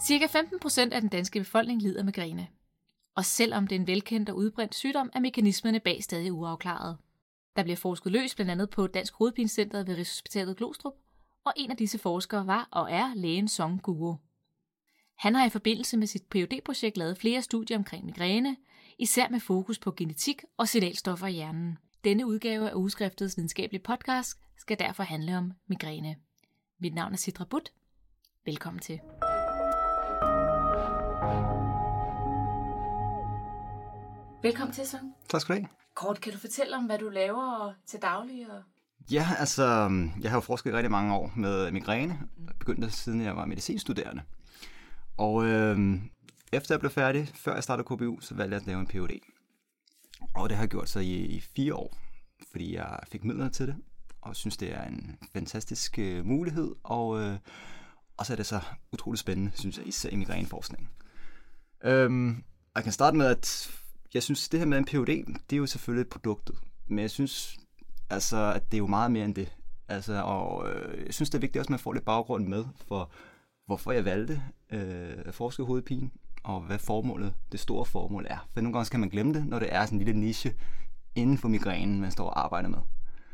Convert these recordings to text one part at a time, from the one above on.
Cirka 15% af den danske befolkning lider migræne. Og selvom det er en velkendt og udbredt sygdom, er mekanismerne bag stadig uafklarede. Der bliver forsket løs blandt andet på Dansk Hovedpinecenter ved Rigshospitalet Glostrup, og en af disse forskere var og er lægen Song Guo. Han har i forbindelse med sit Ph.D.-projekt lavet flere studier omkring migræne, især med fokus på genetik og signalstoffer i hjernen. Denne udgave af Ugeskriftets videnskabelige podcast skal derfor handle om migræne. Mit navn er Sidra Butt. Velkommen til. Velkommen til, Song. Tak skal du have. Kort, kan du fortælle om, hvad du laver til daglig? Ja, altså, jeg har jo forsket rigtig mange år med migræne. Jeg begyndte siden jeg var medicinstuderende. Og efter jeg blev færdig, før jeg startede KBU, så valgte jeg at lave en Ph.D. Og det har jeg gjort så i 4 år, fordi jeg fik midler til det, og synes, det er en fantastisk mulighed. Og så er det så utroligt spændende, synes jeg, især i migræneforskning. Jeg kan starte med, at jeg synes, det her med en Ph.D., det er jo selvfølgelig produktet. Men jeg synes, altså, at det er jo meget mere end det. Altså, og jeg synes, det er vigtigt også, at man får lidt baggrund med for, hvorfor jeg valgte at forske hovedpine, og hvad formålet, det store formål er. For nogle gange kan man glemme det, når det er sådan en lille niche inden for migrænen, man står og arbejder med.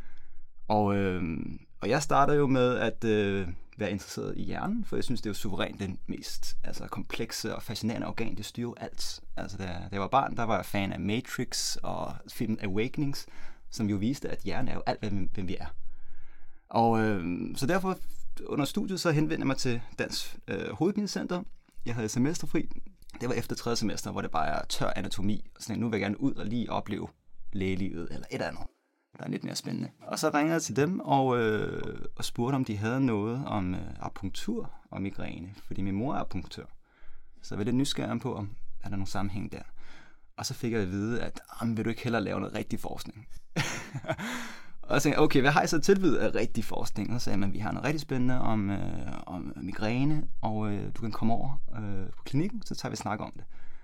Og jeg starter jo med at være interesseret i hjernen, for jeg synes, det er jo suverænt den mest komplekse og fascinerende organ, det styrer alt. Altså, da jeg var barn, der var jeg fan af Matrix og filmen Awakenings, som jo viste, at hjernen er jo alt, hvem vi er. Og så derfor under studiet, så henvendte jeg mig til Dansk Hovedpinecenter. Jeg havde semesterfri. Det var efter 3. semester, hvor det bare er tør anatomi. Så nu vil jeg gerne ud og lige opleve lægelivet eller et eller andet, der er lidt mere spændende. Og så ringede jeg til dem og spurgte, om de havde noget om akupunktur og migræne. Fordi min mor er akupunktør. Så jeg var lidt nysgerrig på, om der er nogen sammenhæng der. Og så fik jeg at vide, at vil du ikke hellere lave noget rigtig forskning? Og så tænkte jeg, okay, hvad har jeg så tilbydet af rigtig forskning? Og så sagde man, vi har noget rigtig spændende om migræne, og du kan komme over på klinikken, så tager vi snak om det.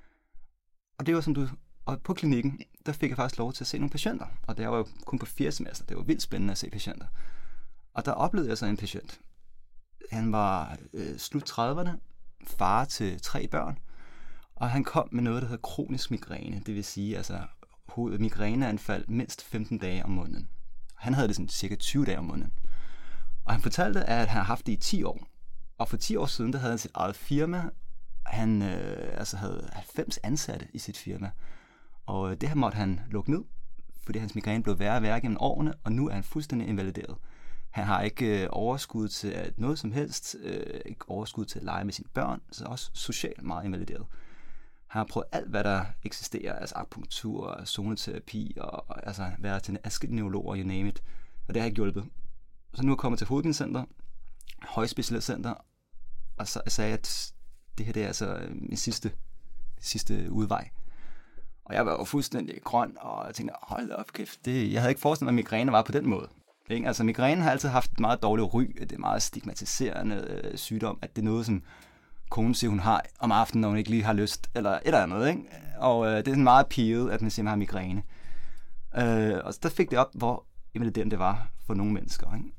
Og det var og på klinikken, der fik jeg faktisk lov til at se nogle patienter. Og det var jo kun på 4. semester. Det var vildt spændende at se patienter. Og der oplevede jeg så en patient. Han var slut 30'erne, far til 3 børn, og han kom med noget, der hedder kronisk migræne. Det vil sige, migræneanfald mindst 15 dage om måneden. Han havde det sådan cirka 20 dage om måneden. Og han fortalte, at han har haft det i 10 år. Og for 10 år siden, der havde han sit eget firma. Han havde 90 ansatte i sit firma. Og det her måtte han lukke ned, fordi hans migræne blev værre og værre gennem årene, og nu er han fuldstændig invalideret. Han har ikke overskud til noget som helst, ikke overskud til at lege med sine børn, så også socialt meget invalideret. Han har prøvet alt, hvad der eksisterer, altså akupunktur, zoneterapi, og været til en adskillige neurologer, you name it. Og det har ikke hjulpet. Så nu er jeg kommet til Hovedpinecenter, højspecialiseret center, og så sagde, at det her det er altså min sidste udvej. Og jeg var jo fuldstændig grøn, og jeg tænkte, hold op kæft, jeg havde ikke forestillet mig, at migræne var på den måde. Ikke? Altså migræne har altid haft et meget dårligt ry, det er meget stigmatiserende sygdom, at det er noget, som konen siger, hun har om aftenen, når hun ikke lige har lyst, eller et eller andet, ikke? Og det er sådan meget piget, at man siger, man har migræne. Og så der fik det op, hvor invaliderende det var for nogle mennesker, ikke?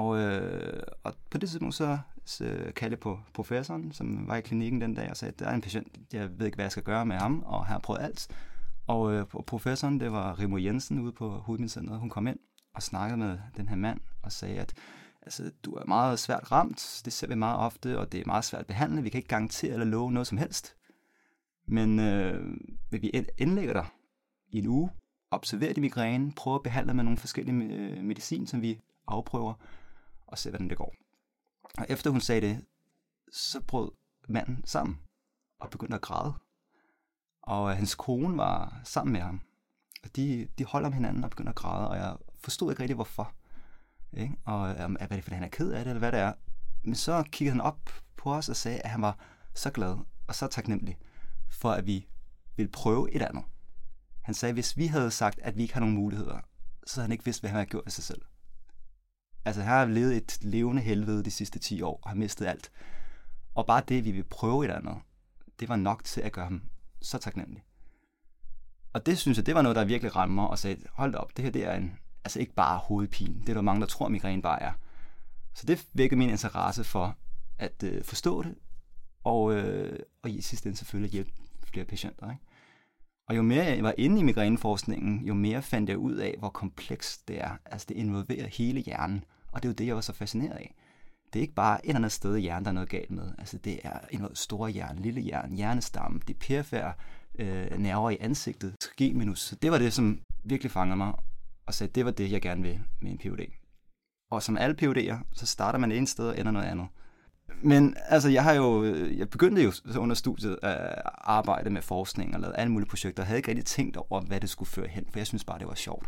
Og på det tidspunkt så kaldte jeg på professoren, som var i klinikken den dag, og sagde, at der er en patient, jeg ved ikke, hvad jeg skal gøre med ham, og har prøvet alt. Og professoren, det var Rimo Jensen ude på Hovedpinecenteret, hun kom ind og snakkede med den her mand, og sagde, at du er meget svært ramt, det ser vi meget ofte, og det er meget svært at behandle. Vi kan ikke garantere eller love noget som helst. Men vil vi indlægge dig i en uge, observere din migræne, prøve at behandle med nogle forskellige medicin, som vi afprøver, og se, hvordan det går. Og efter hun sagde det, så brød manden sammen og begyndte at græde. Og hans kone var sammen med ham. Og de holdt om hinanden og begyndte at græde, og jeg forstod ikke rigtig, hvorfor. Ikke? Og er det, fordi han er ked af det, eller hvad det er. Men så kiggede han op på os og sagde, at han var så glad og så taknemmelig for, at vi ville prøve et andet. Han sagde, at hvis vi havde sagt, at vi ikke har nogen muligheder, så havde han ikke vidst, hvad han havde gjort af sig selv. Altså, han har levet et levende helvede de sidste 10 år og har mistet alt. Og bare det, vi vil prøve et andet, det var nok til at gøre ham så taknemmelig. Og det synes jeg, det var noget, der virkelig rammer og sagde, hold op, det her det er ikke bare hovedpine. Det er der mange, der tror, migræne bare er. Så det vækkede min interesse for at forstå det, og i sidste ende selvfølgelig hjælpe flere patienter. Ikke? Og jo mere jeg var inde i migræneforskningen, jo mere fandt jeg ud af, hvor komplekst det er. Altså det involverer hele hjernen, og det er jo det, jeg var så fascineret af. Det er ikke bare et eller andet sted i hjernen, der er noget galt med. Altså det er en store hjerne, lille hjerne, hjernestamme, det perifære nerver i ansigtet, trigeminus. Så det var det, som virkelig fangede mig, og sagde, det var det, jeg gerne vil med en PhD. Og som alle PhD'er, så starter man et sted og ender noget andet. Men altså, jeg begyndte jo under studiet at arbejde med forskning og lavede alle mulige projekter, og havde ikke rigtig tænkt over, hvad det skulle føre hen, for jeg synes bare, det var sjovt.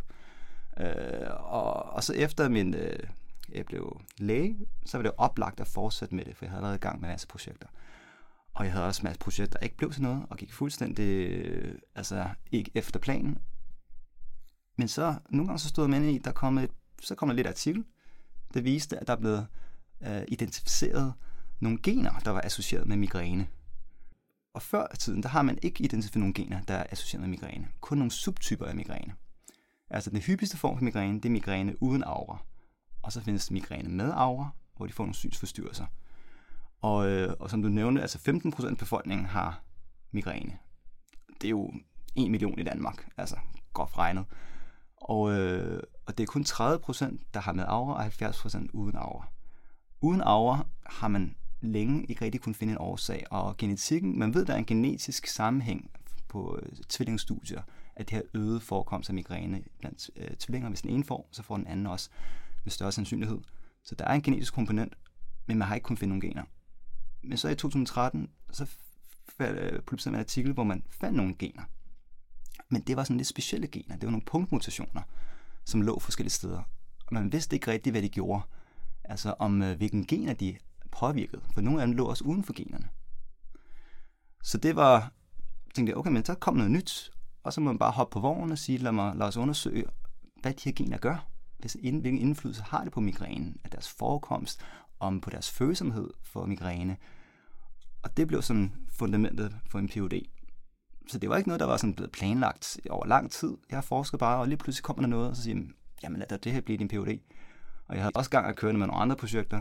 Og så efter jeg blev læge, så var det oplagt at fortsætte med det, for jeg havde været i gang med en masse projekter. Og jeg havde også en masse projekter, der ikke blev til noget, og gik fuldstændig ikke efter planen. Men så nogle gange så stod jeg med i, så kom der lidt artikel, der viste, at der blev identificeret nogle gener, der var associeret med migræne. Og før i tiden, der har man ikke identificeret nogle gener, der er associeret med migræne. Kun nogle subtyper af migræne. Altså den hyppigste form for migræne, det er migræne uden aura. Og så findes migræne med aura, hvor de får nogle synsforstyrrelser. Og som du nævnte, altså 15% af befolkningen har migræne. Det er jo 1 million i Danmark, altså godt regnet. Og det er kun 30%, der har med aura, og 70% uden aura. Uden aura har man længe ikke rigtig kunnet finde en årsag, og genetikken, man ved, der er en genetisk sammenhæng på tvillingestudier, at det her øget forekomst af migræne blandt tvillinger. Hvis den ene får, så får den anden også med større sandsynlighed. Så der er en genetisk komponent, men man har ikke kunnet finde nogle gener. Men så i 2013, så publicerede man en artikel, hvor man fandt nogle gener. Men det var sådan lidt specielle gener. Det var nogle punktmutationer, som lå forskellige steder. Og man vidste ikke rigtigt, hvad de gjorde. Altså om hvilken gener de påvirkede. For nogle af dem lå også uden for generne. Så det var, tænkte jeg, okay, men så kom noget nyt. Og så må man bare hoppe på vognen og sige, lad os undersøge, hvad de her gener gør. Hvilken indflydelse har det på migrænen, af deres forekomst, om på deres følsomhed for migræne. Og det blev sådan fundamentet for en PhD. Så det var ikke noget, der var sådan blevet planlagt over lang tid. Jeg har forsket bare, og lige pludselig kommer der noget, og så siger jeg, jamen lad det her blive din PhD. Og jeg havde også gang at køre med nogle andre projekter.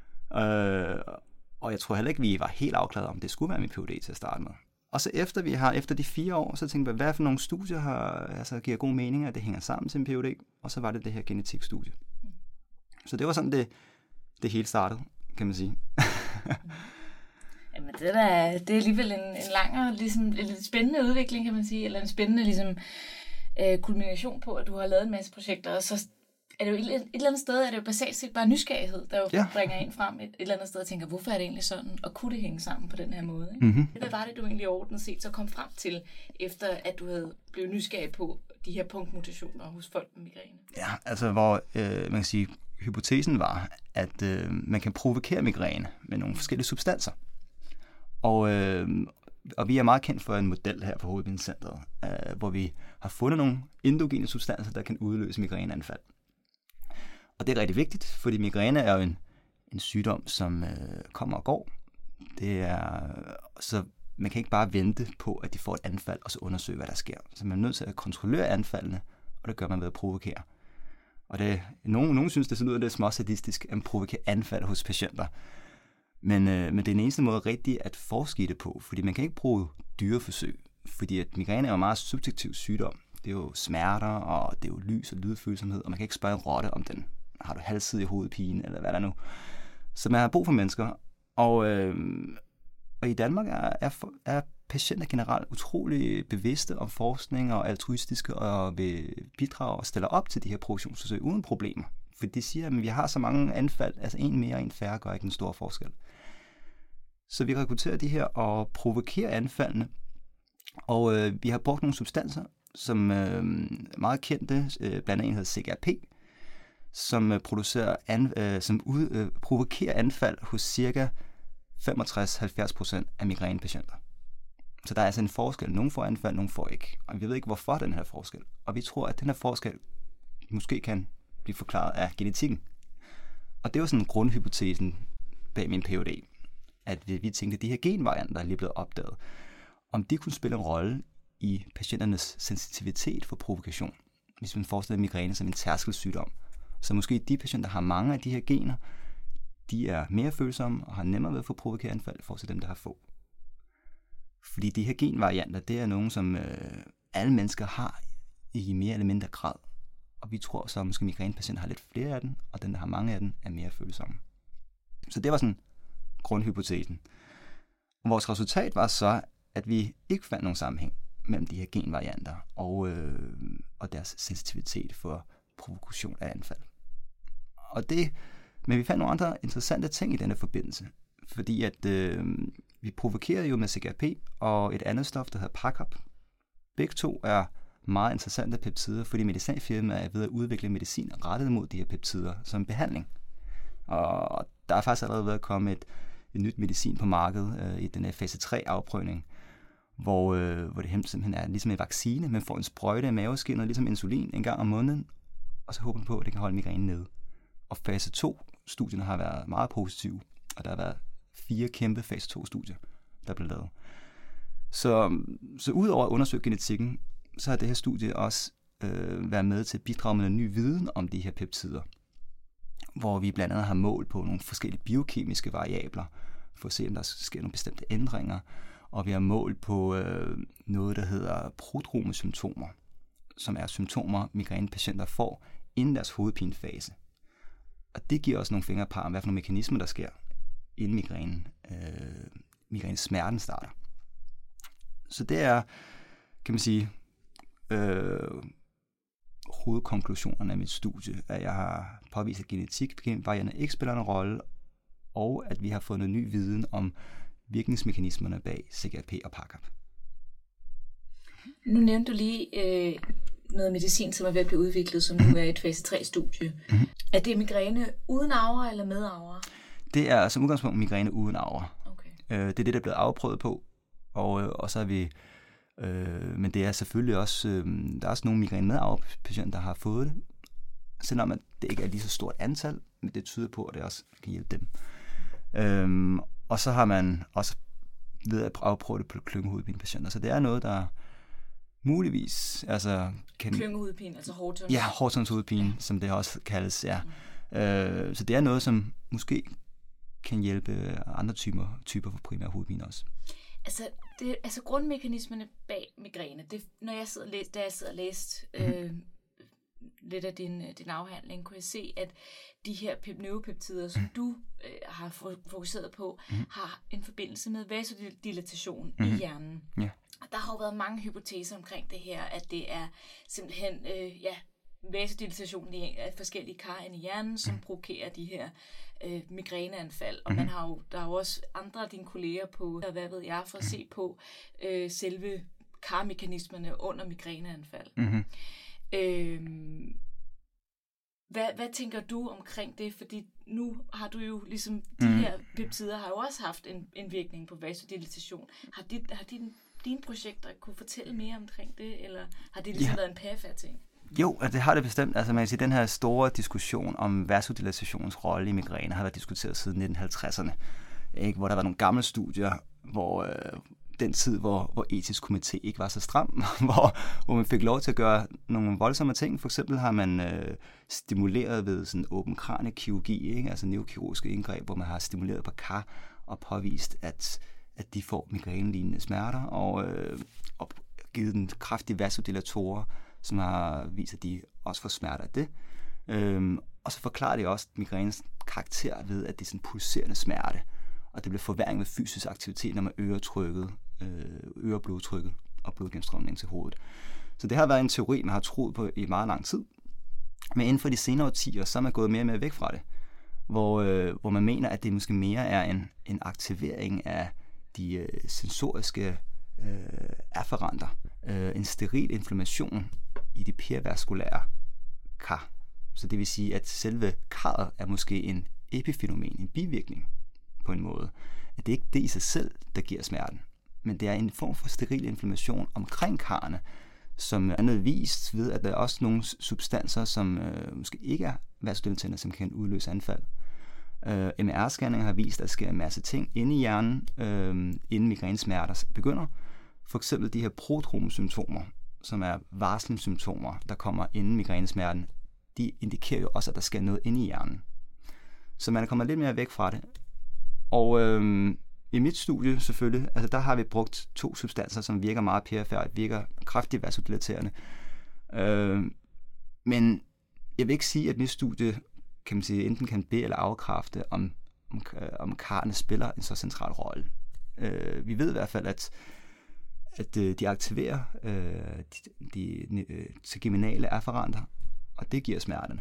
Og jeg tror heller ikke, vi var helt afklaret om det skulle være min PhD til at starte med. Og så efter de 4 år, så tænkte jeg, hvad for nogle studier giver god mening, at det hænger sammen til en PhD. Og så var det her genetikstudie. Så det var sådan, det hele startede, kan man sige. Jamen det er alligevel en lang og ligesom en lidt spændende udvikling, kan man sige, eller en spændende ligesom kulmination på, at du har lavet en masse projekter, og så er det jo et eller andet sted, er det jo basalt set bare nysgerrighed, der jo bringer en frem et eller andet sted og tænker, hvorfor er det egentlig sådan, og kunne det hænge sammen på den her måde? Ikke? Mm-hmm. Hvad var det, du egentlig overordnet set så kom frem til, efter at du havde blevet nysgerrig på de her punktmutationer hos folk med migræne? Ja, altså hvor man kan sige, hypotesen var, at man kan provokere migræne med nogle forskellige substanser. Og vi er meget kendt for en model her på Hovedpinecentret, hvor vi har fundet nogle endogene substanser, der kan udløse migræneanfald. Og det er rigtig vigtigt, fordi migræne er jo en sygdom, som kommer og går. Så man kan ikke bare vente på, at de får et anfald, og så undersøge, hvad der sker. Så man er nødt til at kontrollere anfaldene, og det gør man ved at provokere. Og nogen synes, det lyder lidt småsadistisk at provokere anfald hos patienter. Men det er den eneste måde rigtigt at forske det på, fordi man kan ikke bruge dyreforsøg, fordi at migræne er jo en meget subjektiv sygdom. Det er jo smerter, og det er jo lys og lydfølsomhed, og man kan ikke spørge en rotte om den. Har du halvsidig hovedpine, eller hvad der nu? Så man har brug for mennesker. Og i Danmark er patienter generelt utrolig bevidste om forskning og altruistiske, og vil bidrage og stille op til de her provokationsforsøg uden problemer. For de siger, at vi har så mange anfald, altså en mere og en færre gør ikke en stor forskel. Så vi rekrutterer de her og provokerer anfaldene. Og vi har brugt nogle substanser, som meget kendte, blandt andet hedder CGRP, som provokerer anfald hos cirka 65-70% af migrænepatienter. Så der er altså en forskel. Nogle får anfald, nogle får ikke. Og vi ved ikke, hvorfor den her forskel. Og vi tror, at den her forskel måske kan blive forklaret af genetikken. Og det var sådan grundhypotesen bag min PhD, at vi tænkte, at de her genvarianter, der er lige blevet opdaget, om de kunne spille en rolle i patienternes sensitivitet for provokation. Hvis man forestiller migræne som en tærskelsygdom. Så måske de patienter, der har mange af de her gener, de er mere følsomme og har nemmere ved at få provokerende anfald for til dem, der har få. Fordi de her genvarianter, det er nogen, som alle mennesker har i mere eller mindre grad. Og vi tror så, at måske migrænepatienter har lidt flere af den, og den, der har mange af den, er mere følsomme. Så det var sådan grundhypotesen. Og vores resultat var så, at vi ikke fandt nogen sammenhæng mellem de her genvarianter og deres sensitivitet for provokation af anfald. Men vi fandt nogle andre interessante ting i denne forbindelse. Fordi at vi provokerede jo med CGRP og et andet stof, der hedder PACAP. Begge to er meget interessante peptider, fordi medicinalfirmaer er ved at udvikle medicin rettet mod de her peptider som behandling. Og der er faktisk allerede ved at komme et nyt medicin på markedet i den her fase 3-afprøvning, hvor det simpelthen er ligesom en vaccine. Man får en sprøjte af maveskindet, ligesom insulin, en gang om måneden, og så håber man på, at det kan holde migrænen nede. Og fase 2-studierne har været meget positive, og der har været 4 kæmpe fase 2-studier, der blev lavet. Så udover at undersøge genetikken, så har det her studie også været med til at bidrage med en ny viden om de her peptider, hvor vi blandt andet har målt på nogle forskellige biokemiske variabler, for at se, om der sker nogle bestemte ændringer, og vi har målt på noget, der hedder prodromesymptomer, som er symptomer, migrænepatienter får inden deres hovedpinefase. Og det giver os nogle fingre på, hvad for nogle mekanismer, der sker, inden migrænesmerten starter. Så det er, kan man sige, hovedkonklusionerne af mit studie, at jeg har påvist, at genetikvarianter ikke spiller en rolle, og at vi har fået noget ny viden om virkningsmekanismerne bag CGRP og PACAP. Nu nævnte du lige noget medicin, som er ved at blive udviklet, som nu er et fase 3-studie. Mm-hmm. Er det migræne uden aura eller med aura? Det er som udgangspunkt migræne uden aura. Okay. Det er det, der er blevet afprøvet på, og så er vi... men det er selvfølgelig også... der er også nogle migræne med aura-patienter, der har fået det, selvom at det ikke er lige så stort antal, men det tyder på, at det også kan hjælpe dem. Og så har man også ved at afprøve det på klyngehovedpinepatienter. Så det er noget, der muligvis... Klyngehovedpine, altså Hortons? Ja, Hortons hovedpine, som det også kaldes, ja. Så det er noget, som måske kan hjælpe andre typer for primær hovedpine også. Altså grundmekanismerne bag migræne, når jeg sidder og læste lidt af din afhandling, kunne jeg se, at de her neuropeptider, som du har fokuseret på, har en forbindelse med vasodilatation i hjernen. Yeah. Der har jo været mange hypoteser omkring det her, at det er simpelthen vasodilatation af forskellige kar i hjernen, som provokerer de her migræneanfald. Og der er jo også andre af dine kolleger på, hvad ved jeg, for at se på selve karmekanismerne under migræneanfald. Mm-hmm. Hvad tænker du omkring det? Fordi nu har du jo ligesom, de her peptider har jo også haft en virkning på vasodilatation. Har dine projekter kunne fortælle mere omkring det, eller har det ligesom været en PFA-ting? Jo, det har det bestemt. Altså man kan sige, den her store diskussion om vasodilatationens rolle i migræne har været diskuteret siden 1950'erne, ikke? Hvor der var nogle gamle studier, hvor den tid, hvor etisk komité ikke var så stram, hvor man fik lov til at gøre nogle voldsomme ting. For eksempel har man stimuleret ved sådan åben kraniekirurgi, ikke? Altså neurokirurgiske indgreb, hvor man har stimuleret på kar og påvist, at de får migrænelignende smerter, og givet den kraftige vasodilatorer, som har vist, at de også får smerter af det. Og så forklarer de også migrænens karakter ved, at det er sådan pulserende smerte, og det bliver forværring med fysisk aktivitet, når man øger blodtrykket og blodgennemstrømningen til hovedet. Så det har været en teori, man har troet på i meget lang tid. Men inden for de senere årtier, så er man gået mere og mere væk fra det, hvor man mener, at det måske mere er en aktivering af de sensoriske afferenter, en steril inflammation i de perivaskulære kar. Så det vil sige, at selve karret er måske en epifænomen, en bivirkning på en måde. At det ikke er det i sig selv, der giver smerten, men det er en form for steril inflammation omkring karrene, som er noget vist ved, at der er også nogle substanser, som måske ikke er vasodilaterende, som kan udløse anfald. MR-scanninger har vist, at der sker en masse ting inde i hjernen, inden migrænesmerter begynder. For eksempel de her prodromesymptomer, som er varslingssymptomer, der kommer inden migrænesmerten, de indikerer jo også, at der sker noget inde i hjernen. Så man er kommet lidt mere væk fra det. Og i mit studie selvfølgelig, altså der har vi brugt 2 substanser, som virker meget perifert, virker kraftigt vasodilaterende. Men jeg vil ikke sige, at mit studie kan man sige, enten kan be- eller afkræfte, om karrene spiller en så central rolle. Vi ved i hvert fald, at de aktiverer de trigeminale afferenter, og det giver smerterne.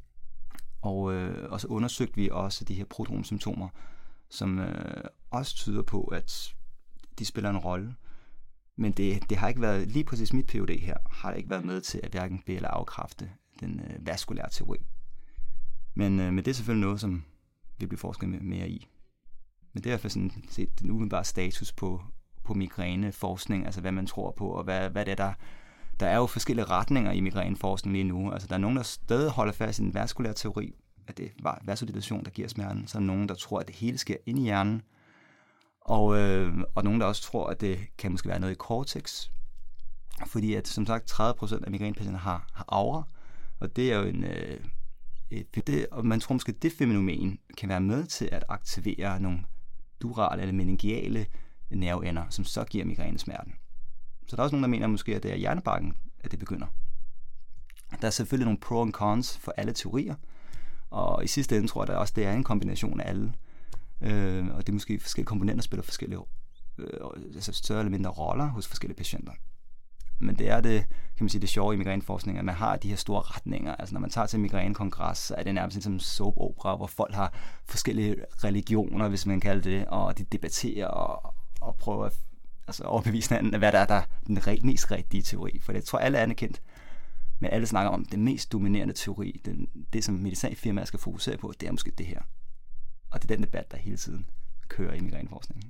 Og så undersøgte vi også de her prodromsymptomer, som også tyder på, at de spiller en rolle. Men det har ikke været, lige præcis mit PhD her, har ikke været med til at hverken be- eller afkræfte den vaskulære teori. Men det er selvfølgelig noget, som vi bliver forsket mere i. Men det er i hvert fald sådan set den umiddelbare status på migræneforskning, altså hvad man tror på, og hvad det er, der er jo forskellige retninger i migræneforskning lige nu. Altså der er nogen, der stadig holder fast i den vaskulære teori, at det var vasodilation, der giver smerten. Så er der nogen, der tror, at det hele sker inde i hjernen. Og nogen, der også tror, at det kan måske være noget i cortex. Fordi at, som sagt, 30% af migrænepatienter har aura, og det er jo og man tror måske, at det fænomen kan være med til at aktivere nogle durale eller meningeale nerveender, som så giver migrænesmerten. Så der er også nogen, der mener måske, at det er hjernebarken, at det begynder. Der er selvfølgelig nogle pro og cons for alle teorier, og i sidste ende tror jeg, at også det er en kombination af alle. Og det er måske forskellige komponenter, spiller forskellige altså større eller mindre roller hos forskellige patienter. Men det er det, kan man sige, det sjove i migræneforskning, at man har de her store retninger. Altså når man tager til en migrænekongres, så er det nærmest som en soap opera, hvor folk har forskellige religioner, hvis man kalder det, og de debatterer og prøver at overbevise hinanden, hvad der er den mest rigtige teori. For det tror alle er anerkendt. Men alle snakker om den mest dominerende teori, det som medicinfirmaer skal fokusere på, det er måske det her. Og det er den debat, der hele tiden kører i migræneforskningen.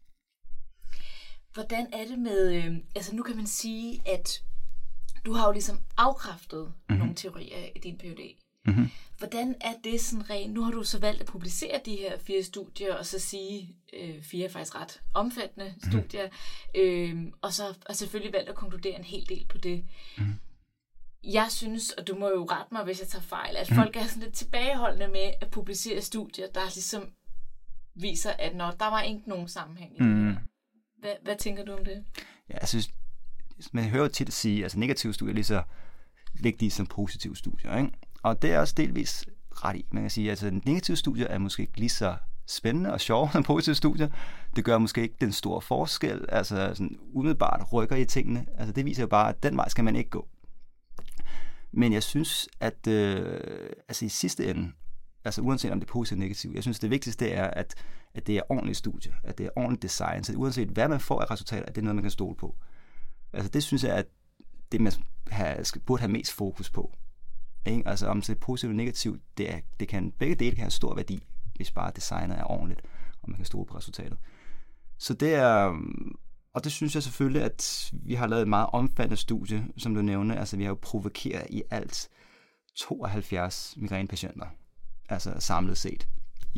Hvordan er det med, altså nu kan man sige, at du har jo ligesom afkræftet nogle teorier i din PhD. Mm-hmm. Hvordan er det sådan rent, nu har du så valgt at publicere de her 4 studier, og så sige 4 faktisk ret omfattende studier, og så har selvfølgelig valgt at konkludere en hel del på det. Mm-hmm. Jeg synes, og du må jo rette mig, hvis jeg tager fejl, at folk er sådan lidt tilbageholdende med at publicere studier, der ligesom viser, at der var ikke nogen sammenhæng i det her. Hvad tænker du om det? Ja, jeg synes, man hører tit at sige, at altså negative studier er lige så vigtige som positive studier, ikke? Og det er også delvis ret i. Man kan sige, at altså, negative studier er måske ikke lige så spændende og sjove som positive studier. Det gør måske ikke den store forskel, altså sådan umiddelbart rykker i tingene. Altså det viser jo bare, at den vej skal man ikke gå. Men jeg synes, at altså i sidste ende, altså uanset om det er positivt eller negativt, jeg synes det vigtigste er, at det er ordentligt studie, at det er ordentligt design, så uanset hvad man får af resultater, at det er noget, man kan stole på. Altså det synes jeg, at det man burde have mest fokus på. Ikke? Altså om det er positivt eller negativt, begge dele kan have stor værdi, hvis bare designet er ordentligt, og man kan stole på resultatet. Så det er, og det synes jeg selvfølgelig, at vi har lavet et meget omfattende studie, som du nævner. Altså vi har jo provokeret i alt 72 migrænepatienter, altså samlet set.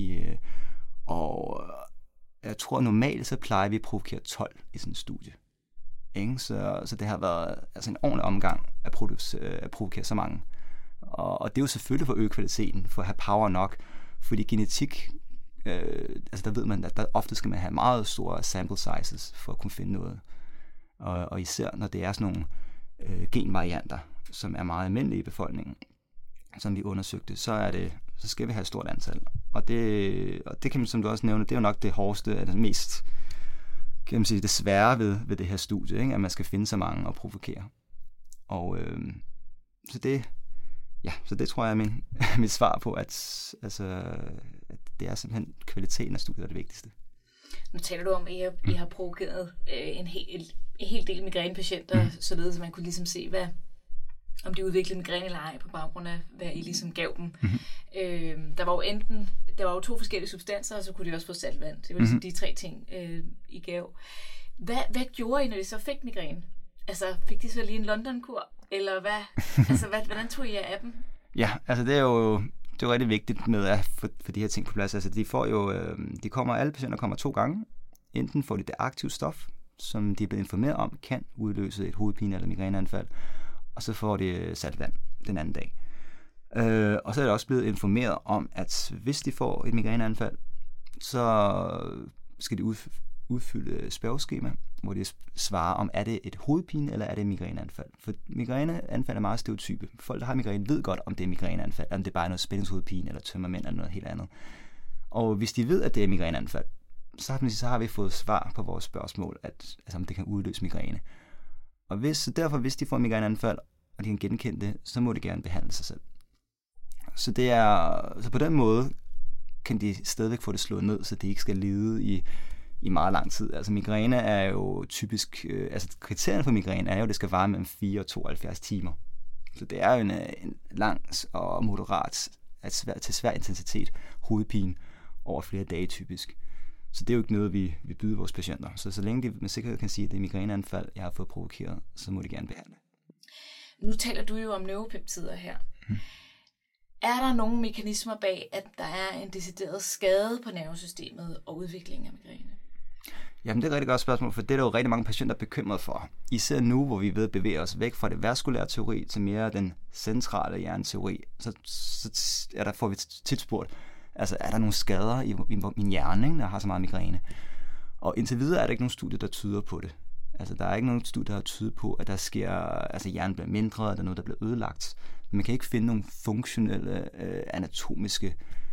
Og jeg tror normalt, så plejer vi at provokere 12 i sådan et studie. Ikke? Så det har været altså en ordentlig omgang at provokere så mange. Og det er jo selvfølgelig for at øge kvaliteten, for at have power nok, fordi genetik, altså der ved man, at der ofte skal man have meget store sample sizes for at kunne finde noget. Og især når det er sådan nogle genvarianter, som er meget almindelige i befolkningen, som vi undersøgte, så skal vi have et stort antal. Og det kan man, som du også nævner, det er jo nok det hårdeste, det mest, kan man sige, det svære ved det her studie, ikke? At man skal finde så mange og provokere. Og så det tror jeg er mit svar på, at det er simpelthen kvaliteten af studiet, der er det vigtigste. Nu taler du om, at I har provokeret en hel del migrænepatienter, således at man kunne ligesom se, om de udviklede migræne eller ej, på baggrund af, hvad I ligesom gav dem. Mm-hmm. Der var jo 2 forskellige substanser, og så kunne de også få saltvand. Det var ligesom de 3 ting, I gav. Hvad gjorde I, når de så fik migræne? Altså, fik de så lige en London-kur? Eller hvad? Altså, hvordan tog I af dem? Ja, altså det er jo rigtig vigtigt med at få de her ting på plads. Altså alle patienter kommer 2 gange. Enten får de det aktive stof, som de er blevet informeret om, kan udløse et hovedpine eller migræneanfald, og så får de saltvand den anden dag. Og så er jeg også blevet informeret om, at hvis de får et migræneanfald, så skal de udfylde spørgeskema, hvor de svarer om, er det et hovedpine, eller er det et migræneanfald. For migræneanfald er meget stereotype. Folk, der har migræne, ved godt, om det er migræneanfald, om det er bare noget spændingshovedpine, eller tømmermænd, eller noget helt andet. Og hvis de ved, at det er migræneanfald, så har vi fået svar på vores spørgsmål, om det kan udløse migræne. Og hvis de får migræneanfald, og de kan genkende det, så må de gerne behandle sig selv. Så på den måde kan de stadigvæk få det slået ned, så de ikke skal lide i meget lang tid. Altså migræne er jo typisk, kriterierne for migræne er jo, at det skal vare mellem 4 og 72 timer. Så det er jo en lang og moderat, til svær intensitet hovedpine over flere dage typisk. Så det er jo ikke noget, vi byder vores patienter. Så længe de med sikkerhed kan sige, at det er migræneanfald, jeg har fået provokeret, så må de gerne behandle. Nu taler du jo om neuropeptider her. Er der nogle mekanismer bag, at der er en decideret skade på nervesystemet og udviklingen af migræne? Jamen, det er et rigtig godt spørgsmål, for det er der jo rigtig mange patienter bekymret for. Især nu, hvor vi er ved at bevæge os væk fra det vaskulære teori til mere den centrale hjerneteori, så får vi tit spurgt, altså er der nogle skader i min hjerne, når jeg har så meget migræne? Og indtil videre er der ikke nogen studier, der tyder på det. Altså, der er ikke nogen studier, der tyder på, at der sker, altså hjernen bliver mindre, eller noget, der bliver ødelagt. Man kan ikke finde nogle funktionelle, anatomiske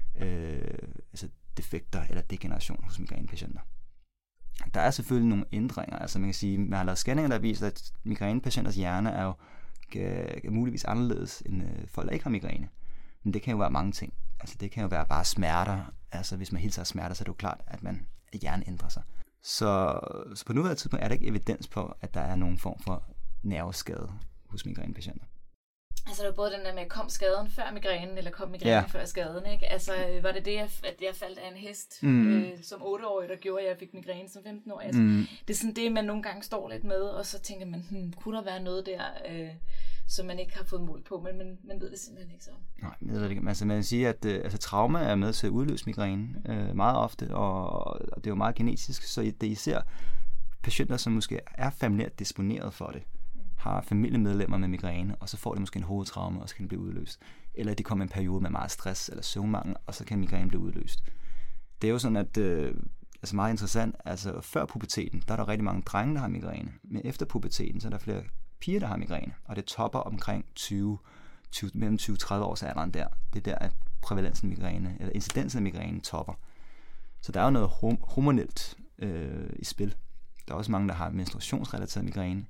defekter eller degeneration hos migrænepatienter. Der er selvfølgelig nogle ændringer. Altså man kan sige, man har lavet scanninger, der viser, at migrænepatienters hjerne er jo muligvis anderledes end folk, der ikke har migræne. Men det kan jo være mange ting. Altså det kan jo være bare smerter. Altså hvis man hele tiden har smerter, så er det jo klart, at hjernen ændrer sig. Så på nuværende tidspunkt er der ikke evidens på, at der er nogen form for nerveskade hos migrænepatienter. Altså der var både den der med, kom skaden før migrænen, eller kom migrænen før skaden, ikke? Altså var det at jeg faldt af en hest som 8-årig, der gjorde, at jeg fik migræne som 15-årig? Altså, det er sådan det, man nogle gange står lidt med, og så tænker man, kunne der være noget der, som man ikke har fået mål på, men man ved det simpelthen ikke så. Nej, jeg ved det ikke. Altså man kan sige, at trauma er med til at udløse migræne meget ofte, og det er jo meget genetisk, så det er især patienter, som måske er familiært disponeret for det, har familiemedlemmer med migræne, og så får de måske en hovedtraume, og så kan den blive udløst. Eller de kommer i en periode med meget stress eller søvnmangel, og så kan migræne blive udløst. Det er jo sådan, at altså meget interessant, altså før puberteten, der er der rigtig mange drenge, der har migræne. Men efter puberteten, så er der flere piger, der har migræne, og det topper omkring mellem 20-30 års alderen der. Det er der, at prævalensen af migræne, eller incidensen af migræne topper. Så der er jo noget hormonelt i spil. Der er også mange, der har menstruationsrelateret migræne.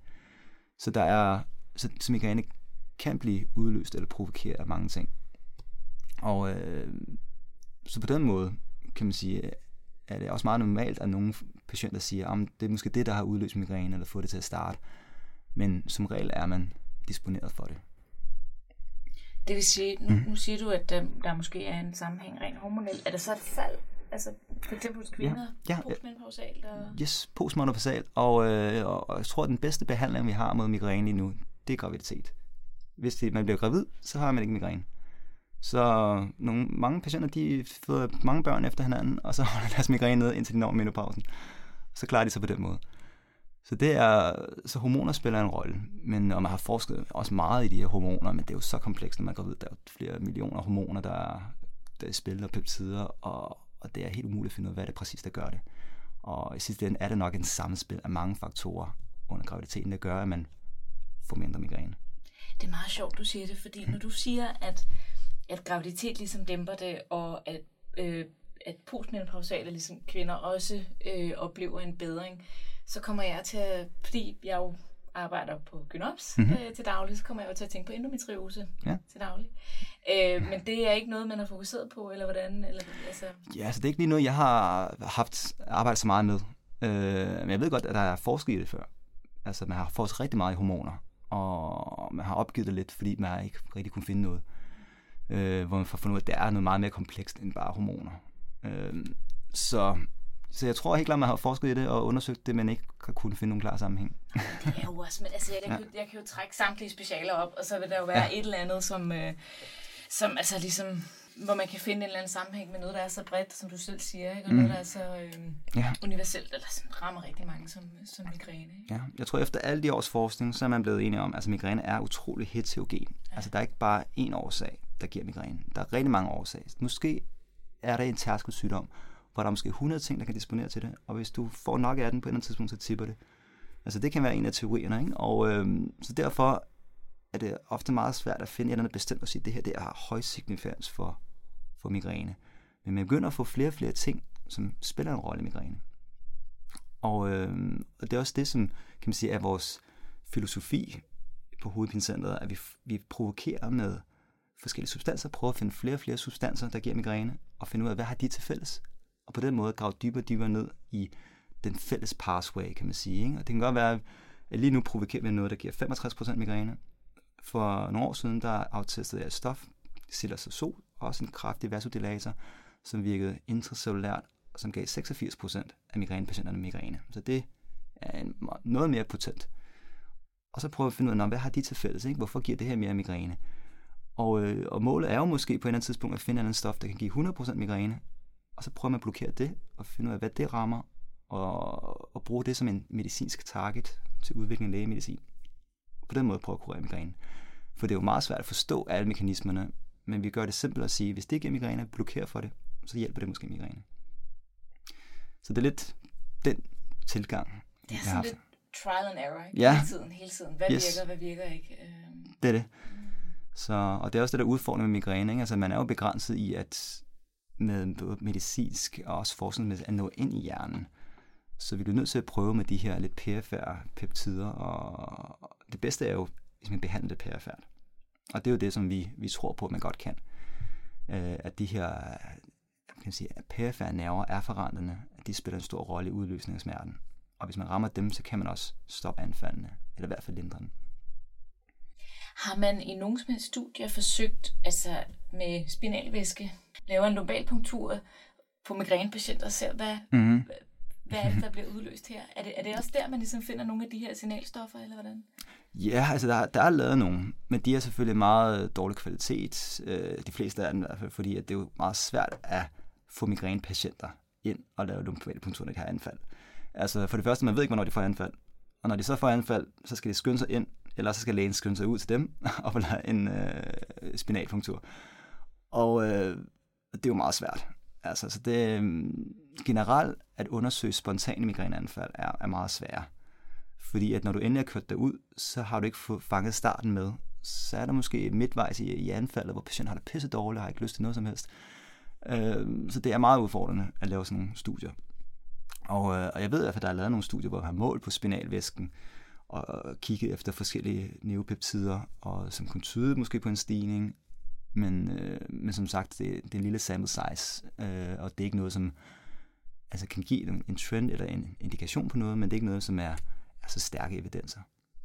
Så migræne kan blive udløst eller provokeret af mange ting. Og så på den måde kan man sige, at det er også meget normalt, at nogle patienter siger, at det er måske det, der har udløst migræne, eller fået det til at starte. Men som regel er man disponeret for det. Det vil sige, nu siger du, at der måske er en sammenhæng rent hormonelt. Er der så et fald? Altså for eksempel hos kvinder, postmenopausalt? Yes, postmenopausalt. Og jeg tror, at den bedste behandling, vi har mod migræne lige nu, det er graviditet. Hvis man bliver gravid, så har man ikke migræne. Så mange patienter, de får mange børn efter hinanden, og så holder deres migræne ned, indtil de når menopausen. Så klarer de sig på den måde. Så hormoner spiller en rolle, og man har forsket også meget i de her hormoner, men det er jo så komplekst, når man går ud. Der er jo flere millioner hormoner, der er i spil, og peptider, og det er helt umuligt at finde ud af, hvad det præcis, der gør det. Og i sidste ende er det nok en sammenspil af mange faktorer under graviditeten, der gør, at man får mindre migræne. Det er meget sjovt, du siger det, fordi når du siger, at graviditet ligesom dæmper det, og at postmenopausale ligesom kvinder også oplever en bedring, så kommer jeg til at, fordi jeg jo arbejder på Gynops til daglig, så kommer jeg jo til at tænke på endometriose til daglig. Men det er ikke noget, man har fokuseret på, eller hvordan? Eller, altså... Ja, så det er ikke lige noget, jeg har arbejdet så meget med. Men jeg ved godt, at der er forsket i det før. Altså, man har forsket rigtig meget i hormoner, og man har opgivet det lidt, fordi man ikke rigtig kunne finde noget, hvor man får fundet ud af, at det er noget meget mere komplekst end bare hormoner. Så jeg tror helt klart, man har forsket i det og undersøgt det, men ikke kan kunne finde nogen klar sammenhæng. Det er jo også, men altså, jeg kan jo trække samtlige specialer op, og så vil der jo være et eller andet, som altså ligesom, hvor man kan finde en eller anden sammenhæng med noget, der er så bredt, som du selv siger, ikke? Og noget, der er så universelt, eller som rammer rigtig mange som migræne. Ikke? Ja, jeg tror, efter alle de års forskning, så er man blevet enige om, at altså, migræne er utrolig heterogen. Ja. Altså, der er ikke bare én årsag. der giver migræne. Der er rigtig mange årsager. Måske er der en tærskelsygdom, hvor der er måske 100 ting, der kan disponere til det, og hvis du får nok af den på et eller andet tidspunkt, så tipper det. Altså det kan være en af teorierne, ikke? Og så derfor er det ofte meget svært at finde et eller andet bestemt og sige, at det her det har høj signifikans for migræne. Men man begynder at få flere og flere ting, som spiller en rolle i migræne. Og det er også det, som kan man sige, er vores filosofi på Hovedpinecentret, at vi provokerer med forskellige substanser, prøver at finde flere og flere substanser, der giver migræne, og finde ud af, hvad har de til fælles? Og på den måde grave dybere og dybere ned i den fælles pathway, kan man sige. Ikke? Og det kan godt være, at lige nu provokerer vi noget, der giver 65% migræne. For nogle år siden, der aftestede jeg et stof, silazosol, også en kraftig vasodilator, som virkede intracellulært, og som gav 86% af migrænepatienterne migræne. Så det er noget mere potent. Og så prøver vi at finde ud af, hvad har de til fælles? Ikke? Hvorfor giver det her mere migræne? Og målet er jo måske på et eller andet tidspunkt at finde et andet stof, der kan give 100% migræne, og så prøver man at blokere det, og finde ud af, hvad det rammer, og bruge det som en medicinsk target til udvikling af lægemedicin. Og på den måde prøve at kurere migræne. For det er jo meget svært at forstå alle mekanismerne, men vi gør det simpelt at sige, hvis det giver migræne, blokerer for det, så hjælper det måske migræne. Så det er lidt den tilgang. Det er sådan lidt trial and error, ikke? Ja. Hele tiden. Hvad virker, hvad virker ikke? Det er det. Og det er også det, der udfordrer med migræne. Ikke? Altså, man er jo begrænset i, at med både medicinsk og også forskningsmæssigt at nå ind i hjernen. Så vi bliver nødt til at prøve med de her lidt perifære peptider, og det bedste er jo, hvis man behandler det perifært. Og det er jo det, som vi tror på, at man godt kan. At de her kan sige, perifære nerver er forandrende, at de spiller en stor rolle i udløsning af smerten. Og hvis man rammer dem, så kan man også stoppe anfaldene, eller i hvert fald lindre den. Har man i nogle som helst studier forsøgt, altså med spinalvæske, lave en lumbalpunktur på migrænepatienter og se, hvad er det, der bliver udløst her? Er det også der, man ligesom finder nogle af de her signalstoffer, eller hvordan? Ja, altså der er lavet nogle, men de er selvfølgelig meget dårlig kvalitet. De fleste af dem i hvert fald, fordi at det er jo meget svært at få migrænepatienter ind og lave lumbalpunktur, når de har anfald. Altså for det første, man ved ikke, hvornår de får anfald. Og når de så får anfald, så skal de skynde sig ind, eller så skal lægen skynde sig ud til dem og få en spinalpunktur. Og det er jo meget svært. Altså, så det generelt at undersøge spontane migræneanfald er meget svært. Fordi at når du endelig har kørt derud, så har du ikke fået fanget starten med. Så er der måske midtvejs i anfaldet, hvor patienten har det pisse dårligt og har ikke lyst til noget som helst. Så det er meget udfordrende at lave sådan nogle studier. Og jeg ved, at der er lavet nogle studier, hvor man har målt på spinalvæsken og kigget efter forskellige neuropeptider, og som kunne tyde måske på en stigning. Men som sagt, det er en lille sample size, og det er ikke noget, som altså kan give en trend eller en indikation på noget, men det er ikke noget, som er så stærke evidenser.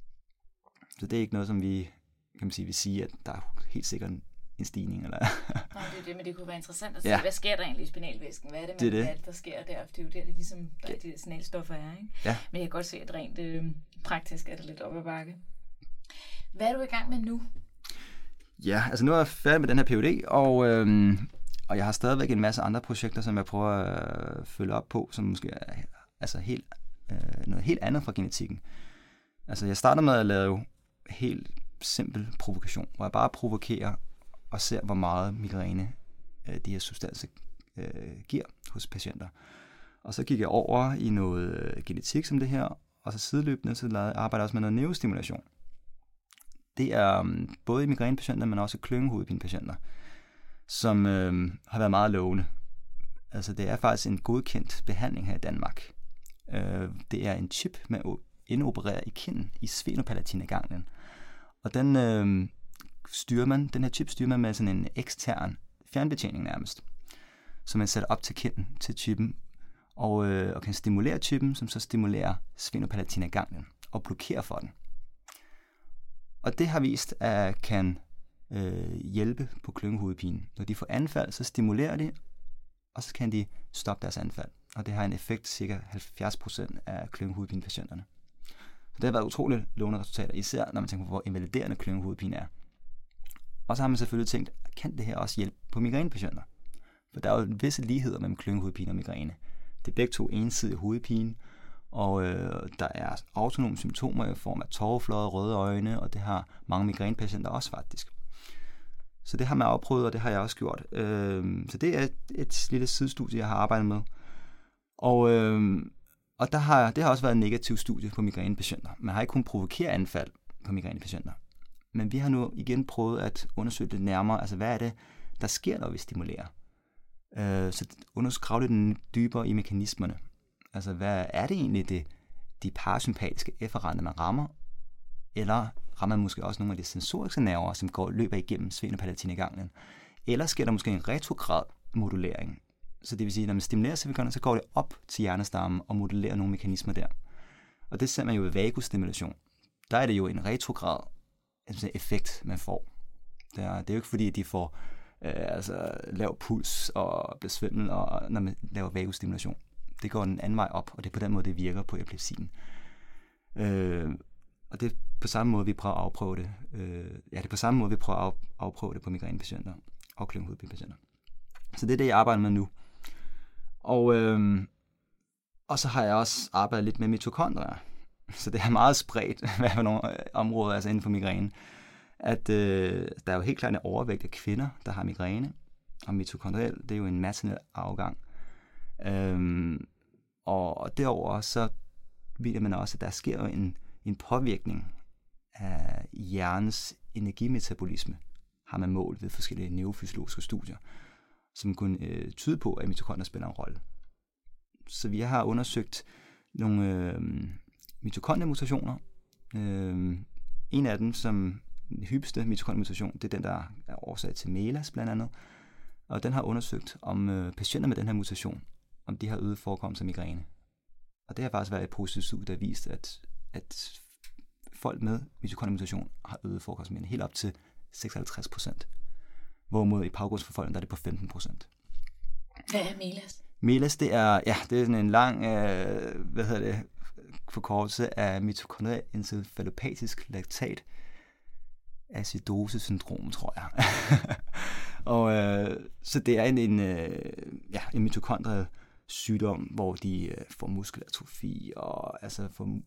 Så det er ikke noget, som vi kan man sige, vil sige, at der er helt sikkert en stigning. Eller nej, det er det, men det kunne være interessant at se, hvad sker der egentlig i spinalvæsken? Hvad er det, der sker der? Det er jo der, det ligesom, der de signalstoffer er. Ikke? Ja. Men jeg kan godt se, at rent praktisk er det lidt op ad bakke. Hvad er du i gang med nu? Ja, altså nu er jeg færdig med den her PhD, og jeg har stadigvæk en masse andre projekter, som jeg prøver at følge op på, som måske er altså noget helt andet fra genetikken. Altså jeg starter med at lave helt simpel provokation, hvor jeg bare provokerer og ser, hvor meget migræne de her substanser giver hos patienter. Og så gik jeg over i noget genetik som det her, og så sideløbende så arbejder jeg også med noget neurostimulation. Det er både i migrænepatienter, men også klyngehovedpinepatienter, som har været meget lovende. Altså det er faktisk en godkendt behandling her i Danmark. Det er en chip, man indopererer i kinden, i sphenopalatinaganglien. Og den her chip styrer man med sådan en ekstern fjernbetjening nærmest, som man sætter op til kinden, til chippen, og kan stimulere chippen, som så stimulerer sphenopalatinaganglien og blokerer for den. Og det har vist, at kan hjælpe på klyngehovedpine. Når de får anfald, så stimulerer de, og så kan de stoppe deres anfald. Og det har en effekt cirka 70% af klyngehovedpinepatienterne. Så det har været utroligt lovende resultater, især når man tænker på, hvor invaliderende klyngehovedpine er. Og så har man selvfølgelig tænkt, kan det her også hjælpe på migrænepatienter? For der er jo visse ligheder mellem klyngehovedpine og migræne. Det er begge to ensidige hovedpine, og der er autonome symptomer i form af tårerflåde, røde øjne, og det har mange migrænepatienter også faktisk. Så det har man afprøvet, og det har jeg også gjort. Så det er et lille sidestudie, jeg har arbejdet med. Og det har også været en negativ studie på migrænepatienter. Man har ikke kunnet provokere anfald på migrænepatienter. Men vi har nu igen prøvet at undersøge det nærmere. Altså, hvad er det, der sker, når vi stimulerer? Så grave lidt dybere i mekanismerne. Altså, hvad er det egentlig, de parasympatiske efferrente, man rammer? Eller rammer man måske også nogle af de sensoriske nerver, som løber igennem sphenopalatine-ganglen? Eller sker der måske en retrograd modulering? Så det vil sige, at når man stimulerer cervicalen, så går det op til hjernestammen og modulerer nogle mekanismer der. Og det ser man jo ved vagusstimulation. Der er det jo en retrograd effekt, man får. Det er jo ikke fordi, at de får lav puls og bliver svimmel, når man laver vagusstimulation. Det går den anden vej op, og det er på den måde, det virker på epilepsien. Og det er på samme måde, vi prøver at afprøve det. Det er på samme måde, vi prøver at afprøve det på migrænepatienter og klyngehovedpinepatienter. Så det er det, jeg arbejder med nu. Og så har jeg også arbejdet lidt med mitokondrier. Så det er meget spredt, hvad for nogle områder, altså inden for migræne. At der er jo helt klart en overvægt af kvinder, der har migræne. Og mitokondriel, det er jo en maternel afgang. Og derover så ved man også, at der sker jo en påvirkning af hjernens energimetabolisme, har man målt ved forskellige neurofysiologiske studier, som kunne tyde på, at mitokondrier spiller en rolle. Så vi har undersøgt nogle mitokondriemutationer. En af dem, som den hyppigste mitokondriemutation, det er den, der er årsag til MELAS blandt andet. Og den har undersøgt, om patienter med den her mutation, om de har øget forekomst af migræne. Og det har faktisk været et positivt studie, der har vist, at folk med mitokondriemutation har øget forekomst af migræne helt op til 56%. Hvorimod i paugårdsforfolkningen, der er det på 15%. Hvad er MELAS? MELAS, det er sådan en lang, forkortelse af mitokondriel encefalopatisk laktat acidosesyndrom, tror jeg. Og så det er en mitokondriel sygdom, hvor de får muskelatrofi og altså får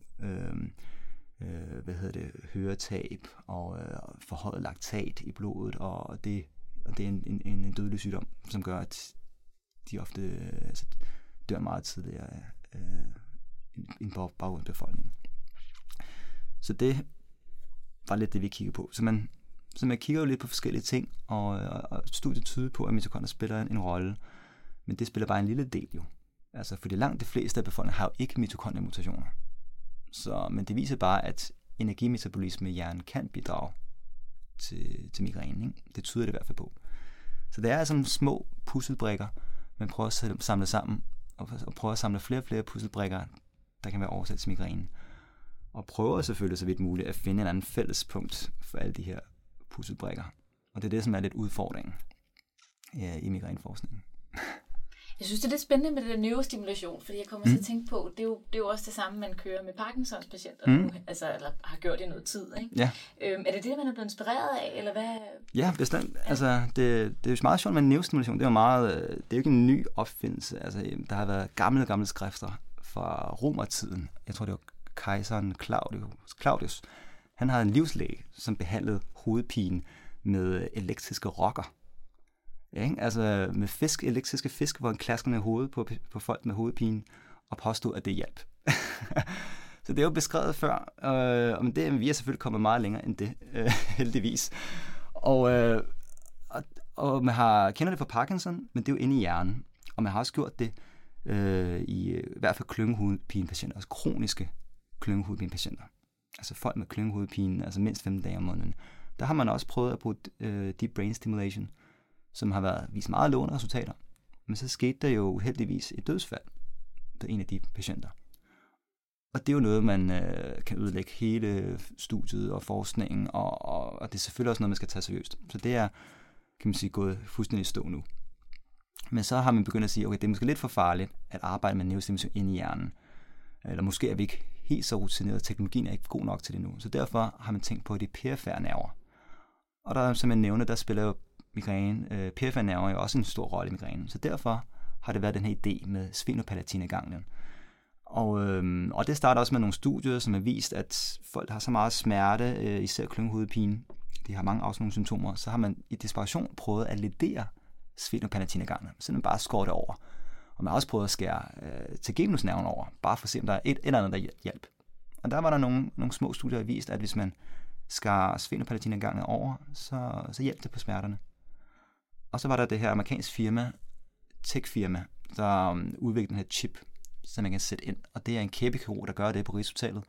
høretab og forhøjet laktat i blodet, og det er en dødelig sygdom, som gør, at de ofte dør meget tidligere end baggrundsbefolkningen. Så det var lidt det, vi kiggede på. Så man kigger jo lidt på forskellige ting, og studiet tyder på, at mitokondrier spiller en rolle, men det spiller bare en lille del jo. Altså, for langt de fleste af befolkningen har jo ikke mitokondriemutationer. Men det viser bare, at energimetabolisme i hjernen kan bidrage til migræne. Ikke? Det tyder det i hvert fald på. Så det er altså små puslespilsbrikker, man prøver at samle sammen, og prøver at samle flere og flere puslespilsbrikker, der kan være årsag til migræne. Og prøver selvfølgelig så vidt muligt at finde en anden fællespunkt for alle de her puslespilsbrikker. Og det er det, som er lidt udfordringen i migræneforskningen. Jeg synes, det er lidt spændende med det der neurostimulation, fordi jeg kommer til at tænke på, det er jo også det samme, man kører med Parkinsons patienter nu, eller har gjort i noget tid, ikke? Ja. Er det det, man er blevet inspireret af, eller hvad? Ja, bestemt. Altså, det er jo meget sjovt med neurostimulation. Det er jo ikke en ny opfindelse. Altså, der har været gamle skrifter fra romertiden. Jeg tror, det var kejseren Claudius. Han havde en livslæge, som behandlede hovedpine med elektriske rokker. Ja, altså med elektriske fisk, hvor han klaskede i hovedet på folk med hovedpine, og påstod, at det hjalp. Så det er jo beskrevet før, og vi er selvfølgelig kommet meget længere end det, heldigvis. Og man kender det fra Parkinson, men det er jo inde i hjernen. Og man har også gjort det i hvert fald klyngehovedpinepatienter, altså kroniske klyngehovedpinepatienter. Altså folk med klyngehovedpine, altså mindst 15 dage om måneden. Der har man også prøvet at bruge deep brain stimulation, som har vist meget lovende resultater. Men så skete der jo uheldigvis et dødsfald på en af de patienter. Og det er jo noget, man kan ødelægge hele studiet og forskningen, og det er selvfølgelig også noget, man skal tage seriøst. Så det er, kan man sige, gået fuldstændig i stå nu. Men så har man begyndt at sige, okay, det er måske lidt for farligt at arbejde med neurostimulation inde i hjernen. Eller måske er vi ikke helt så rutineret, teknologien er ikke god nok til det nu. Så derfor har man tænkt på de perifære nerver. Og der, som jeg nævnte, der spiller jo migræne, perifære nerver er jo også en stor rolle i migrænen. Så derfor har det været den her idé med sphenopalatine-ganglen. Og det starter også med nogle studier, som har vist, at folk har så meget smerte, især klyngehovedpine, de har mange afsluttende symptomer, så har man i desperation prøvet at ledere sphenopalatinagangen, simpelthen bare skåret det over. Og man har også prøvet at skære trigeminusnerven over, bare for at se, om der er et eller andet, der hjælp. Og der var der nogle små studier, der viste, at hvis man skar sphenopalatinagangen over, så hjalp det på smerterne. Og så var der det her amerikansk tech-firma, der udviklede den her chip, som man kan sætte ind. Og det er en kæbekirurg, der gør det på Rigshospitalet.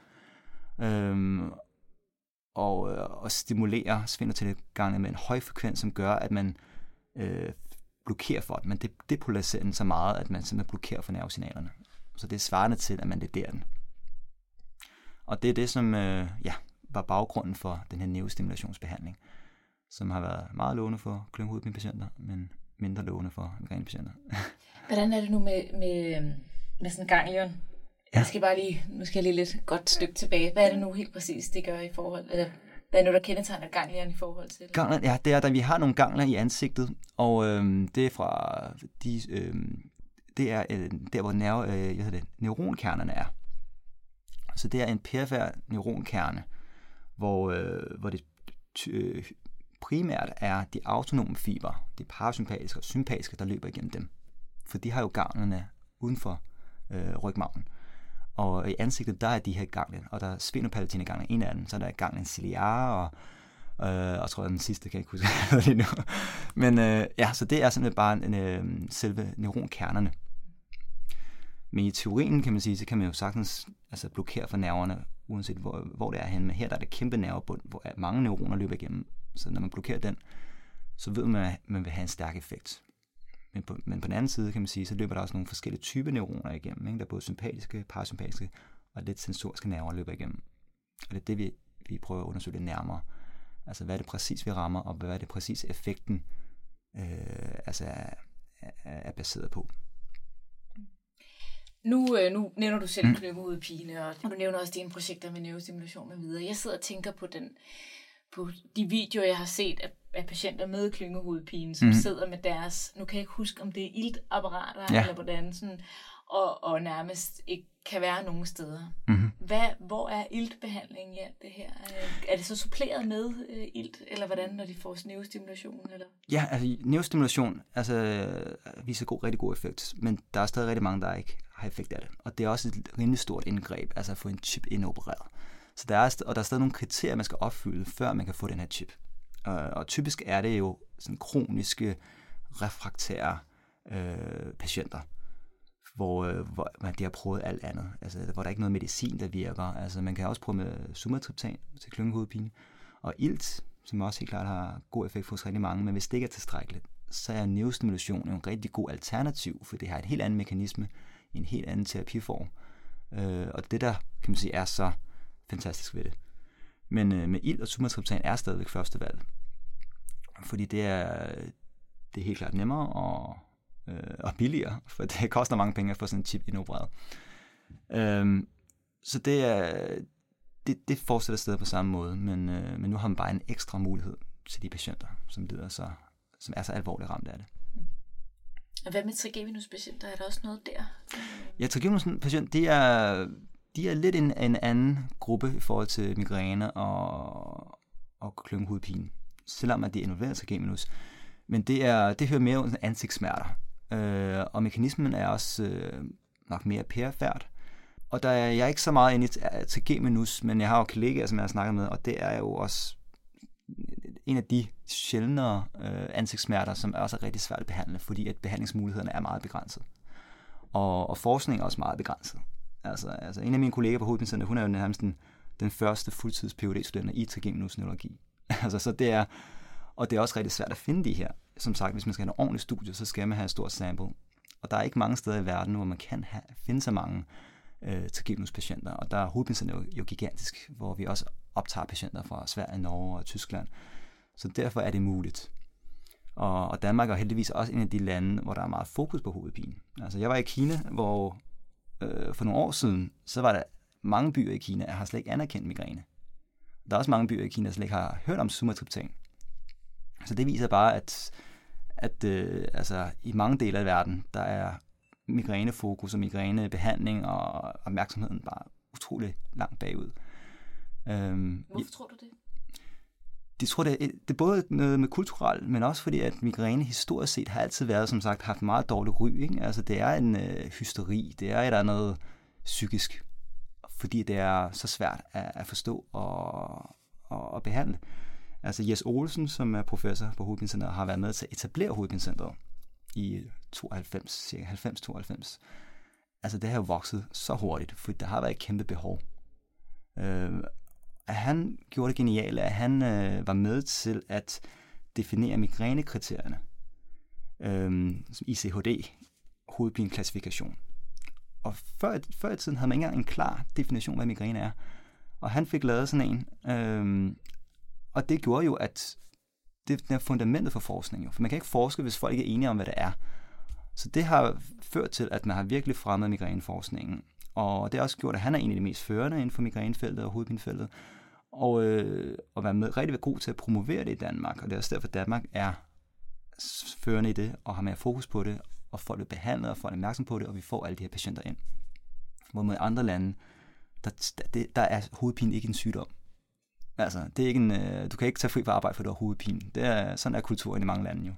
Og stimulerer sphenopalatinagangen med en høj frekvens, som gør, at man blokerer for den. Men det depolariserer den så meget, at man simpelthen blokerer for nervesignalerne. Så det er svarende til, at man lederer den. Og det er det, som var baggrunden for den her neurostimulationsbehandling, som har været meget lovende for klyngehovedpinepatienter, men mindre lovende for migrænepatienter. Hvordan er det nu med sådan en ganglion? Ja. Nu skal jeg lige lidt godt stykke tilbage. Hvad er det nu helt præcis, det gør i forhold, eller hvad er det nu, der kendetegner ganglion i forhold til det? Ganglion, ja, det er, at vi har nogle ganglier i ansigtet, og det er fra det er der, hvor neuronkernerne er. Så det er en perifer neuronkerne, hvor det primært er de autonome fiber, de parasympatiske og sympatiske, der løber igennem dem. For de har jo ganglerne uden for rygmarven. Og i ansigtet, der er de her ganglier, og der er sphenopalatinagangen, en af dem, så der er ganglien ciliare, og tror jeg, den sidste kan jeg ikke huske det nu. Men så det er simpelthen bare selve neuronkernerne. Men i teorien, kan man sige, så kan man jo sagtens blokere for nerverne, uanset hvor det er henne. Men her der er det kæmpe nervebund, hvor mange neuroner løber igennem. Så når man blokerer den, så ved man, at man vil have en stærk effekt. Men på den anden side, kan man sige, så løber der også nogle forskellige typer neuroner igennem. Ikke? Der er både sympatiske, parasympatiske og lidt sensoriske nerver løber igennem. Og det er det, vi prøver at undersøge lidt nærmere. Altså, hvad er det præcis, vi rammer, og hvad er det præcis, effekten er baseret på. Nu nævner du selv klyngehovedpine, og du nævner også dine projekter med neurostimulation med videre. Jeg sidder og tænker på de videoer, jeg har set af patienter med klyngehovedpine, som sidder med deres, nu kan jeg ikke huske, om det er iltapparater, eller hvordan, sådan, og nærmest ikke kan være nogen steder. Mm-hmm. Hvor er iltbehandling i alt det her? Er det så suppleret med ilt, eller hvordan, når de får neurostimulation? Eller? Ja, altså neurostimulation viser rigtig god effekt, men der er stadig rigtig mange, der ikke har effekt af det. Og det er også et rimelig stort indgreb, altså at få en chip indopereret. Så der er stadig nogle kriterier, man skal opfylde, før man kan få den her chip. Og typisk er det jo sådan kroniske, refraktære patienter, hvor de har prøvet alt andet. Altså, hvor der er ikke noget medicin, der virker. Altså, man kan også prøve med sumatriptan til klyngehovedpine. Og ilt, som også helt klart har god effekt hos rigtig mange, men hvis det ikke er tilstrækkeligt, så er neurostimulation en rigtig god alternativ, for det har et helt andet mekanisme, en helt anden terapiform. Og det der, kan man sige, er så fantastisk ved det. Men med ilt og sumatriptan er stadigvæk første valg. Fordi det er helt klart nemmere og billigere, for det koster mange penge at få sådan en chip indopereret. Så det fortsætter stadig på samme måde, men nu har man bare en ekstra mulighed til de patienter, som er så alvorligt ramt af det. Og hvad med trigeminus-patienter? Er der også noget der? Ja, trigeminus-patienter, de er lidt en anden gruppe i forhold til migræne og klyngehovedpine, selvom at de er involveret i trigeminus. Men det hører mere under ansigtssmerter. Og mekanismen er også nok mere perifert. Og jeg er ikke så meget inde i trigeminus, men jeg har jo kollegaer, som jeg har snakket med, og det er jo også en af de sjældnere ansigtssmerter, som også er rigtig svært at behandle, fordi at behandlingsmulighederne er meget begrænset. Og forskning er også meget begrænset. Altså en af mine kollegaer på Hovedpinecenter, hun er jo nærmest den første fuldtids PhD-studerende i trigeminusneurologi. Så det er også rigtig svært at finde de her. Som sagt, hvis man skal have en ordentlig studie, så skal man have et stort sample. Og der er ikke mange steder i verden, hvor man kan finde så mange trigeminus-patienter. Og der er Hovedpinecenter jo gigantisk, hvor vi også optager patienter fra Sverige, Norge og Tyskland. Så derfor er det muligt. Og Danmark er heldigvis også en af de lande, hvor der er meget fokus på hovedpine. Altså jeg var i Kina, hvor for nogle år siden, så var der mange byer i Kina, der har slet ikke anerkendt migræne. Der er også mange byer i Kina, der slet ikke har hørt om sumatriptan. Så det viser bare, at i mange dele af verden, der er migrænefokus og migrænebehandling og opmærksomheden bare utrolig langt bagud. Hvorfor tror du det? de tror, det er både noget med kulturelt, men også fordi, at migræne historisk set har altid været, som sagt, haft meget dårlig ry. Ikke? Altså, det er en hysteri, det er et eller andet psykisk, fordi det er så svært at forstå og behandle. Altså, Jes Olsen, som er professor på Hovedpinecentret, har været med til at etablere Hovedpinecentret i 92, cirka 90-92. Altså, det har jo vokset så hurtigt, for der har været et kæmpe behov. At han gjorde det geniale, at han var med til at definere migrænekriterierne, som ICHD, hovedpineklassifikation. Og før i tiden havde man ikke engang en klar definition, hvad migræne er. Og han fik lavet sådan en, og det gjorde jo, at det er fundamentet for forskning. Jo. For man kan ikke forske, hvis folk ikke er enige om, hvad det er. Så det har ført til, at man har virkelig fremmet migræneforskningen. Og det har også gjort, at han er en af de mest førende inden for migrænefeltet og hovedpinefeltet. Og være rigtig god til at promovere det i Danmark. Og det er også derfor, at Danmark er førende i det, og har mere fokus på det, og folk er behandlet, og folk er opmærksom på det, og vi får alle de her patienter ind. Hvorimod i andre lande, der er hovedpine ikke en sygdom. Altså, det er ikke du kan ikke tage fri for arbejde, for du har hovedpine. Sådan er kulturen i mange lande jo.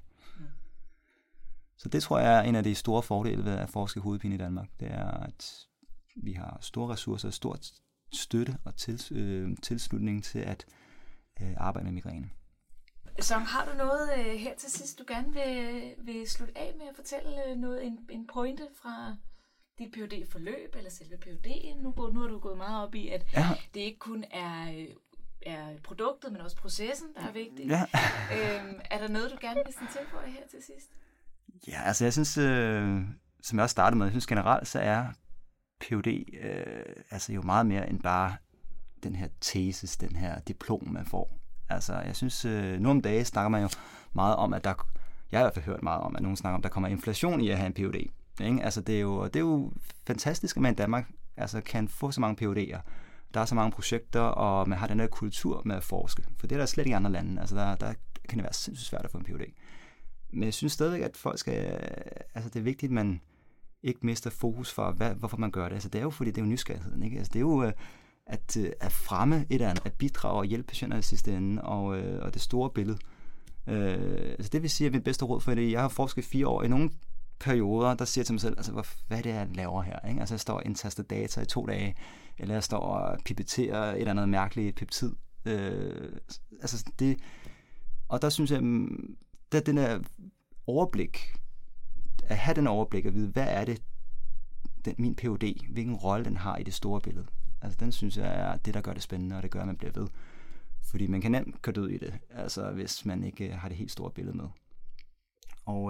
Så det tror jeg er en af de store fordele ved at forske hovedpine i Danmark. Det er, at vi har store ressourcer, stort støtte og tilslutning til at arbejde med migræne. Så har du noget her til sidst, du gerne vil slutte af med at fortælle noget, en pointe fra dit PhD-forløb eller selve PhD'en? Nu har du gået meget op i, at det ikke kun er produktet, men også processen, der er vigtigt. Ja. Er der noget, du gerne vil tilføje her til sidst? Ja, altså jeg synes, som jeg også startede med, jeg synes generelt, så er PhD altså jo meget mere end bare den her tesis, den her diplom, man får. Altså jeg synes, nu om dagen snakker man jo meget om, at jeg har i hvert fald hørt meget om, at nogen snakker om, at der kommer inflation i at have en PhD. Ikke? Altså det er jo fantastisk, at man i Danmark altså, kan få så mange PhD'er. Der er så mange projekter, og man har den her kultur med at forske. For det er der slet ikke i andre lande. Altså der kan det være sindssygt svært at få en PhD. Men jeg synes stadigvæk, at folk skal... Altså det er vigtigt, at man ikke mister fokus for, hvorfor man gør det. Altså det er jo, fordi det er jo nysgerrigheden. Ikke? Altså det er jo at fremme et eller andet, at bidrage og hjælpe patienter i sidste ende, og det store billede. Altså det vil sige, at mit bedste råd for det, jeg har forsket 4 år. I nogle perioder, der siger jeg til mig selv, altså hvad er det, jeg laver her? Ikke? Altså jeg står og indtaster data i 2 dage, eller jeg står og pipetterer et eller andet mærkeligt peptid. Altså det... Og der synes jeg, der den her overblik, at have den overblik og vide, hvad er det, min PhD, hvilken rolle den har i det store billede. Altså den synes jeg er det, der gør det spændende, og det gør, at man bliver ved. Fordi man kan nemt køre død i det, altså hvis man ikke har det helt store billede med. Og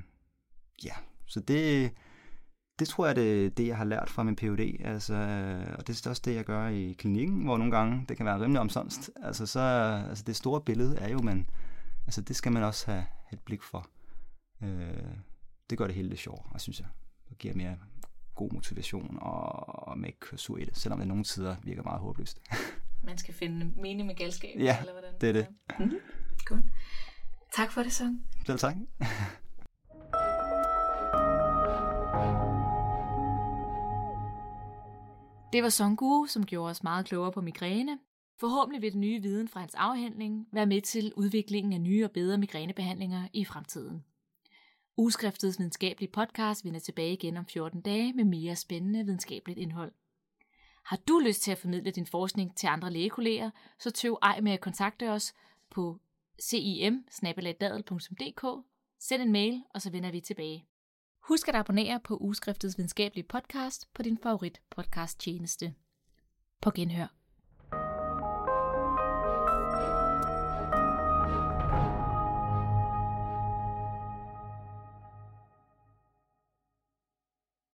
så det tror jeg, det er det, jeg har lært fra min PhD. Altså, og det er også det, jeg gør i klinikken, hvor nogle gange det kan være rimelig omsonst. Altså det store billede er jo, altså det skal man også have et blik for. Det gør det hele lidt sjovt, synes jeg. Det giver mere god motivation og man ikke kører sur i det, selvom det nogle tider virker meget håbløst. Man skal finde mening med galskab, ja, eller hvordan? Det er det. Mm-hmm. Godt. Tak for det, Song. Selv tak. Det var Song Gu, som gjorde os meget klogere på migræne. Forhåbentlig vil den nye viden fra hans afhandling være med til udviklingen af nye og bedre migrænebehandlinger i fremtiden. Ugeskriftets videnskabelige podcast vender tilbage igen om 14 dage med mere spændende videnskabeligt indhold. Har du lyst til at formidle din forskning til andre lægekolleger, så tøv ej med at kontakte os på cim@dadel.dk. Send en mail, og så vender vi tilbage. Husk at abonnere på Ugeskriftets videnskabelige podcast på din favorit podcast tjeneste. På genhør.